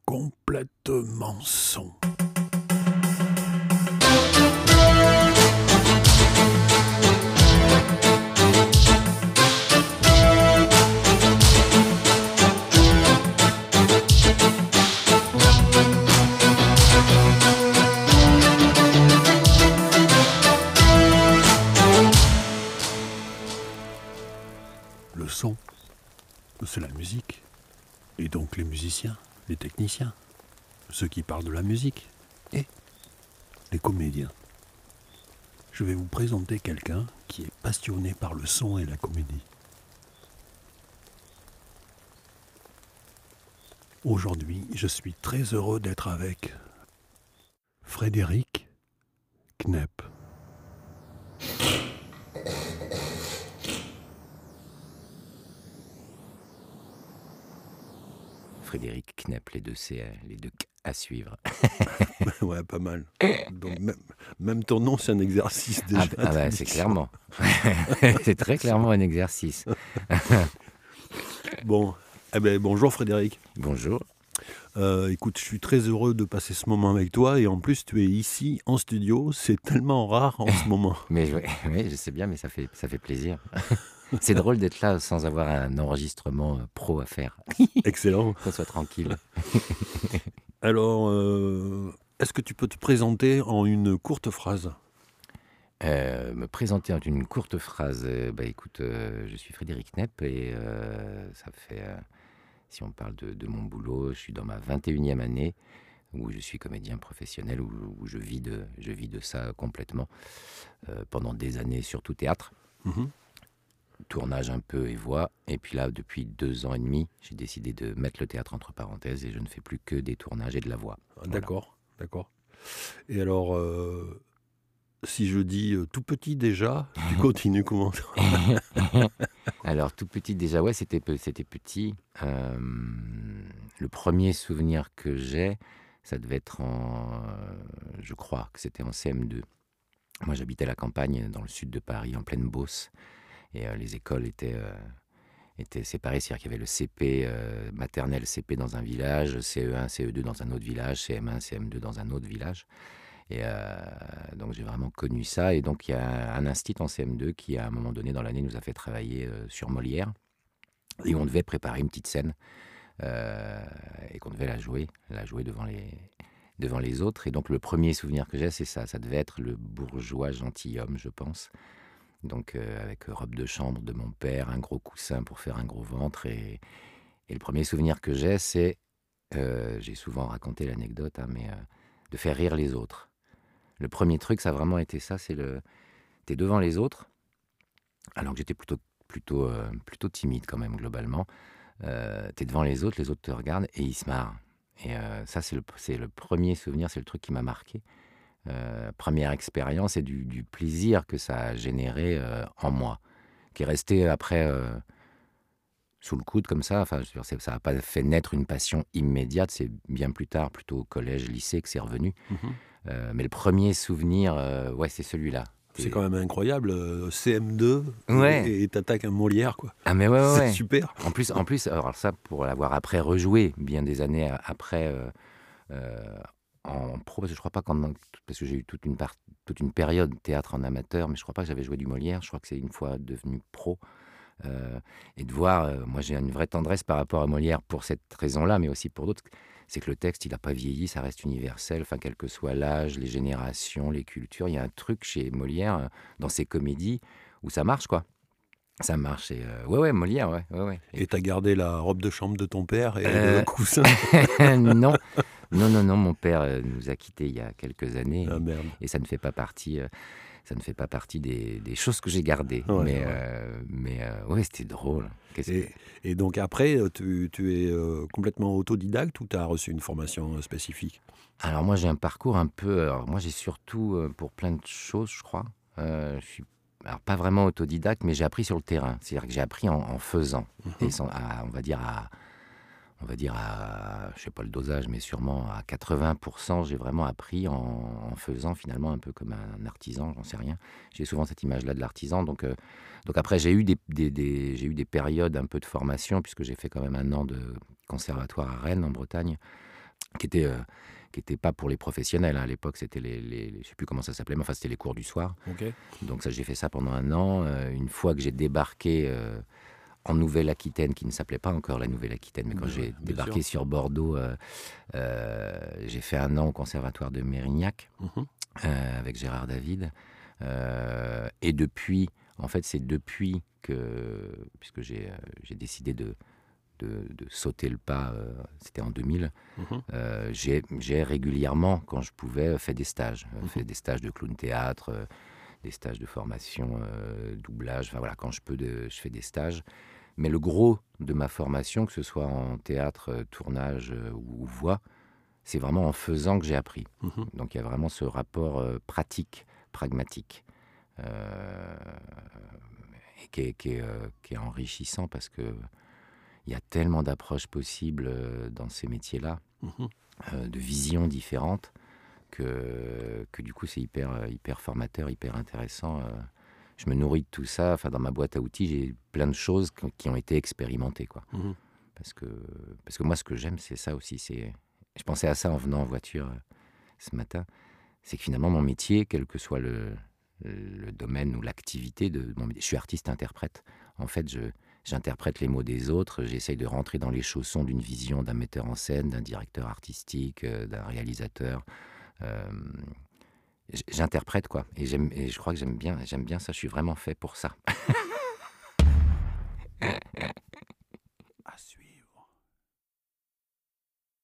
complètement son. Le son, c'est la musique. Et donc les musiciens, les techniciens, ceux qui parlent de la musique et les comédiens. Je vais vous présenter quelqu'un qui est passionné par le son et la comédie. Aujourd'hui, je suis très heureux d'être avec Frédéric Knepp. Frédéric Knepp, les deux K à suivre. Ouais, pas mal. Donc même ton nom, c'est un exercice déjà. Ah bah, c'est clairement. C'est très clairement un exercice. Bon, bonjour Frédéric. Bonjour. Écoute, je suis très heureux de passer ce moment avec toi et en plus tu es ici en studio, c'est tellement rare en ce moment. Mais oui, je sais bien, mais ça fait plaisir. C'est drôle d'être là sans avoir un enregistrement pro à faire. Excellent. Qu'on soit tranquille. Alors, est-ce que tu peux te présenter en une courte phrase ? Me présenter en une courte phrase. Écoute, je suis Frédéric Knepp et ça fait, si on parle de mon boulot, je suis dans ma 21e année où je suis comédien professionnel, où je vis de ça complètement, pendant des années, surtout théâtre. Mm-hmm. Tournage un peu et voix, et puis là depuis 2 ans et demi j'ai décidé de mettre le théâtre entre parenthèses et je ne fais plus que des tournages et de la voix. Voilà. D'accord. Et alors, si je dis tout petit déjà, tu continues comment ? Alors tout petit déjà, ouais, c'était petit. Le premier souvenir que j'ai, ça devait être je crois que c'était en CM2. Moi j'habitais à la campagne dans le sud de Paris, en pleine Beauce. Et les écoles étaient séparées, c'est-à-dire qu'il y avait le CP, maternelle CP dans un village, CE1, CE2 dans un autre village, CM1, CM2 dans un autre village. Et donc j'ai vraiment connu ça. Et donc il y a un institut en CM2 qui, à un moment donné dans l'année, nous a fait travailler sur Molière. Et on devait préparer une petite scène et qu'on devait la jouer devant les autres. Et donc le premier souvenir que j'ai, c'est ça. Ça devait être le bourgeois gentilhomme, je pense. Donc avec robe de chambre de mon père, un gros coussin pour faire un gros ventre. Et le premier souvenir que j'ai, c'est, j'ai souvent raconté l'anecdote, mais de faire rire les autres. Le premier truc, ça a vraiment été ça, c'est t'es devant les autres, alors que j'étais plutôt timide quand même globalement. T'es devant les autres te regardent et ils se marrent. Et ça, c'est le premier souvenir, c'est le truc qui m'a marqué. Première expérience et du plaisir que ça a généré en moi, qui est resté après sous le coude comme ça. Enfin, ça n'a pas fait naître une passion immédiate, c'est bien plus tard, plutôt au collège, lycée, que c'est revenu. Mm-hmm. Mais le premier souvenir, ouais, c'est celui-là. C'est quand même incroyable, CM2 ouais. et t'attaques un Molière, quoi. Ah mais ouais. C'est super. En plus, alors ça, pour l'avoir après rejoué, bien des années après, en pro, parce que je crois pas parce que j'ai eu toute une période théâtre en amateur, mais je crois pas que j'avais joué du Molière. Je crois que c'est une fois devenu pro. Et de voir, moi j'ai une vraie tendresse par rapport à Molière pour cette raison-là, mais aussi pour d'autres, c'est que le texte il n'a pas vieilli, ça reste universel, enfin quel que soit l'âge, les générations, les cultures, il y a un truc chez Molière, dans ses comédies, où ça marche quoi. Ça marche, et ouais, Molière, ouais. Et t'as gardé la robe de chambre de ton père et le coussin ? Non, mon père nous a quittés il y a quelques années, et ça ne fait pas partie des choses que j'ai gardées. Ouais, mais ouais, c'était drôle. Et donc après, tu es complètement autodidacte ou tu as reçu une formation spécifique ? Alors moi, j'ai un parcours un peu... Alors moi, j'ai surtout, pour plein de choses, je crois, je suis... Alors, pas vraiment autodidacte, mais j'ai appris sur le terrain. C'est-à-dire que j'ai appris en faisant. Mm-hmm. Et on va dire à, je sais pas le dosage, mais sûrement à 80%, j'ai vraiment appris en faisant, finalement, un peu comme un artisan, j'en sais rien. J'ai souvent cette image-là de l'artisan. Donc après, j'ai eu des périodes un peu de formation, puisque j'ai fait quand même 1 an de conservatoire à Rennes, en Bretagne, qui était pas pour les professionnels, hein. À l'époque, c'était je sais plus comment ça s'appelait, mais enfin, c'était les cours du soir. OK. Donc ça, j'ai fait ça pendant un an. Une fois que j'ai débarqué, en Nouvelle-Aquitaine, qui ne s'appelait pas encore la Nouvelle-Aquitaine, mais quand Ouais, j'ai bien sûr. débarqué sur Bordeaux, j'ai fait un an au conservatoire de Mérignac, Mmh. avec Gérard David. Et depuis, en fait, c'est depuis puisque j'ai décidé de sauter le pas, c'était en 2000, Mmh. j'ai régulièrement, quand je pouvais, fait des stages. Mmh. Fait des stages de clown théâtre, des stages de formation, doublage, enfin voilà, quand je peux, je fais des stages. Mais le gros de ma formation, que ce soit en théâtre, tournage, ou voix, c'est vraiment en faisant que j'ai appris. Mmh. Donc il y a vraiment ce rapport, pratique, pragmatique, heu et qui est enrichissant parce qu'il y a tellement d'approches possibles, dans ces métiers-là, Mmh. de visions différentes que du coup c'est hyper formateur, hyper intéressant. Je me nourris de tout ça. Enfin, dans ma boîte à outils, j'ai plein de choses qui ont été expérimentées, quoi. Mmh. Parce que, parce que moi, ce que j'aime, c'est ça aussi. Je pensais à ça en venant en voiture, ce matin. C'est que finalement, mon métier, quel que soit le domaine ou l'activité de mon métier, je suis artiste-interprète. En fait, j'interprète les mots des autres. J'essaye de rentrer dans les chaussons d'une vision d'un metteur en scène, d'un directeur artistique, d'un réalisateur. J'interprète, quoi, et je crois que j'aime bien ça, je suis vraiment fait pour ça.